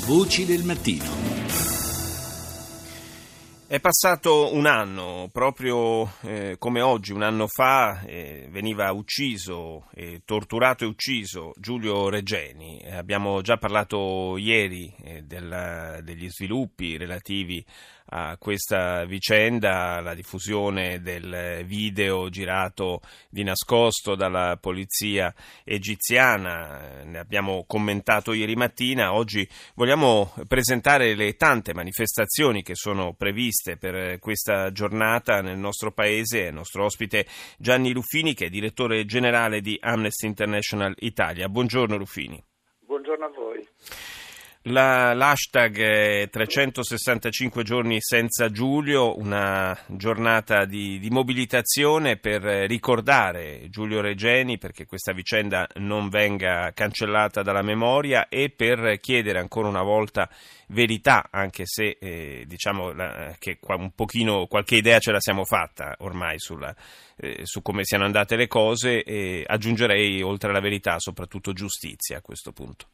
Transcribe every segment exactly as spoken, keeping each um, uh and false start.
Voci del mattino. È passato un anno, proprio eh, come oggi, un anno fa, eh, veniva ucciso, eh, torturato e ucciso Giulio Regeni. Eh, abbiamo già parlato ieri eh, della, degli sviluppi relativi a questa vicenda, la diffusione del video girato di nascosto dalla polizia egiziana. Ne abbiamo commentato ieri mattina. Oggi vogliamo presentare le tante manifestazioni che sono previste per questa giornata nel nostro paese. Il nostro ospite Gianni Ruffini, che è direttore generale di Amnesty International Italia. Buongiorno Ruffini. Buongiorno a voi. La, l'hashtag è trecentosessantacinque giorni senza Giulio, una giornata di, di mobilitazione per ricordare Giulio Regeni, perché questa vicenda non venga cancellata dalla memoria, e per chiedere ancora una volta verità, anche se eh, diciamo la, che un pochino qualche idea ce la siamo fatta ormai sulla, eh, su come siano andate le cose, e aggiungerei, oltre alla verità, soprattutto giustizia a questo punto.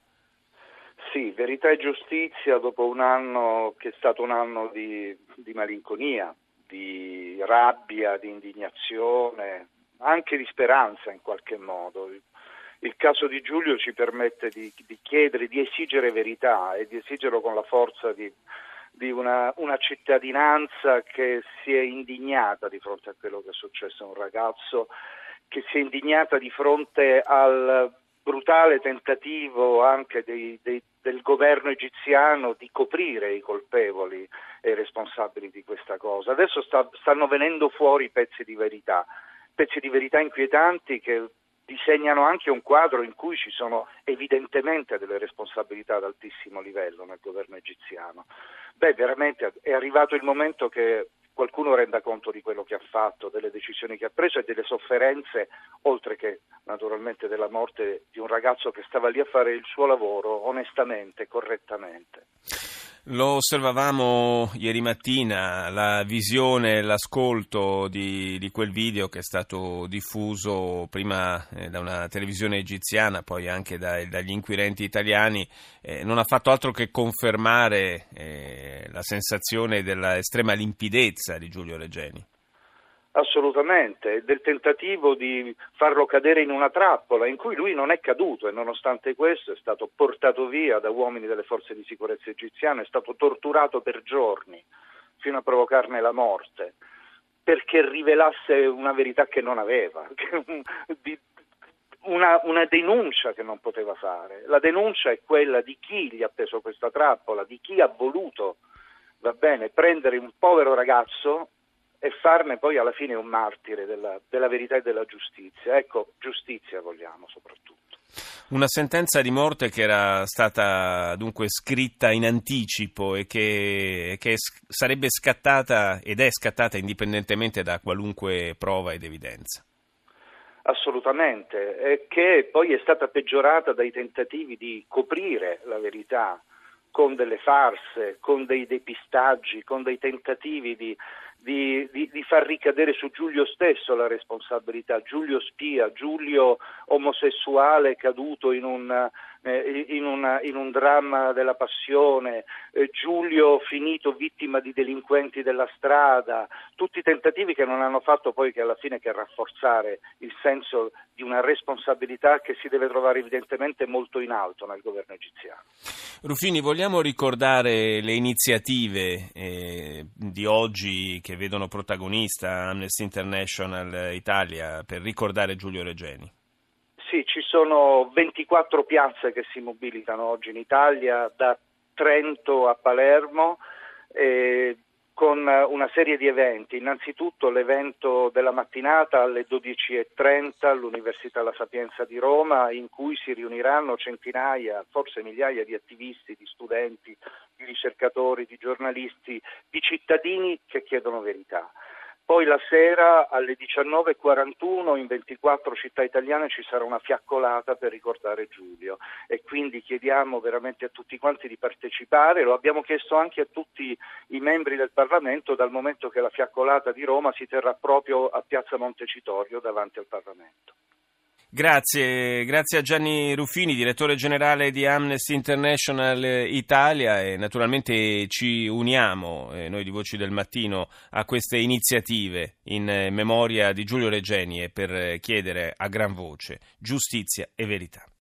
Sì, verità e giustizia dopo un anno che è stato un anno di, di malinconia, di rabbia, di indignazione, anche di speranza in qualche modo. Il caso di Giulio ci permette di, di chiedere, di esigere verità e di esigerlo con la forza di, di una, una cittadinanza che si è indignata di fronte a quello che è successo a un ragazzo, che si è indignata di fronte al brutale tentativo anche dei, dei, del governo egiziano di coprire i colpevoli e i responsabili di questa cosa. Adesso sta, stanno venendo fuori pezzi di verità, pezzi di verità inquietanti che disegnano anche un quadro in cui ci sono evidentemente delle responsabilità ad altissimo livello nel governo egiziano. Beh, veramente è arrivato il momento che qualcuno renda conto di quello che ha fatto, delle decisioni che ha preso e delle sofferenze, oltre che naturalmente della morte di un ragazzo che stava lì a fare il suo lavoro onestamente, correttamente. Lo osservavamo ieri mattina, la visione e l'ascolto di, di quel video che è stato diffuso prima eh, da una televisione egiziana, poi anche dai, dagli inquirenti italiani, eh, non ha fatto altro che confermare eh, la sensazione della estrema limpidezza di Giulio Regeni. Assolutamente, del tentativo di farlo cadere in una trappola in cui lui non è caduto e nonostante questo è stato portato via da uomini delle forze di sicurezza egiziane, è stato torturato per giorni fino a provocarne la morte perché rivelasse una verità che non aveva, una, una denuncia che non poteva fare. La denuncia è quella di chi gli ha preso questa trappola, di chi ha voluto, va bene, prendere un povero ragazzo e farne poi alla fine un martire della, della verità e della giustizia. Ecco, giustizia vogliamo soprattutto. Una sentenza di morte che era stata dunque scritta in anticipo e che, che sarebbe scattata ed è scattata indipendentemente da qualunque prova ed evidenza. Assolutamente, e che poi è stata peggiorata dai tentativi di coprire la verità con delle farse, con dei depistaggi, con dei tentativi di Di, di, di far ricadere su Giulio stesso la responsabilità, Giulio spia, Giulio omosessuale caduto in un, eh, in una, in un dramma della passione, eh, Giulio finito vittima di delinquenti della strada, tutti tentativi che non hanno fatto poi che alla fine che rafforzare il senso di una responsabilità che si deve trovare evidentemente molto in alto nel governo egiziano. Ruffini, vogliamo ricordare le iniziative eh, di oggi che vedono protagonista Amnesty International Italia per ricordare Giulio Regeni? Sì, ci sono ventiquattro piazze che si mobilitano oggi in Italia, da Trento a Palermo, eh, con una serie di eventi. Innanzitutto l'evento della mattinata alle dodici e trenta all'Università La Sapienza di Roma, in cui si riuniranno centinaia, forse migliaia di attivisti, di studenti, di ricercatori, di giornalisti, di cittadini che chiedono verità. Poi la sera alle diciannove e quarantuno in ventiquattro città italiane ci sarà una fiaccolata per ricordare Giulio e quindi chiediamo veramente a tutti quanti di partecipare. Lo abbiamo chiesto anche a tutti i membri del Parlamento, dal momento che la fiaccolata di Roma si terrà proprio a Piazza Montecitorio davanti al Parlamento. Grazie, grazie a Gianni Ruffini, direttore generale di Amnesty International Italia, e naturalmente ci uniamo, eh, noi di Voci del Mattino, a queste iniziative in eh, memoria di Giulio Regeni e per chiedere a gran voce giustizia e verità.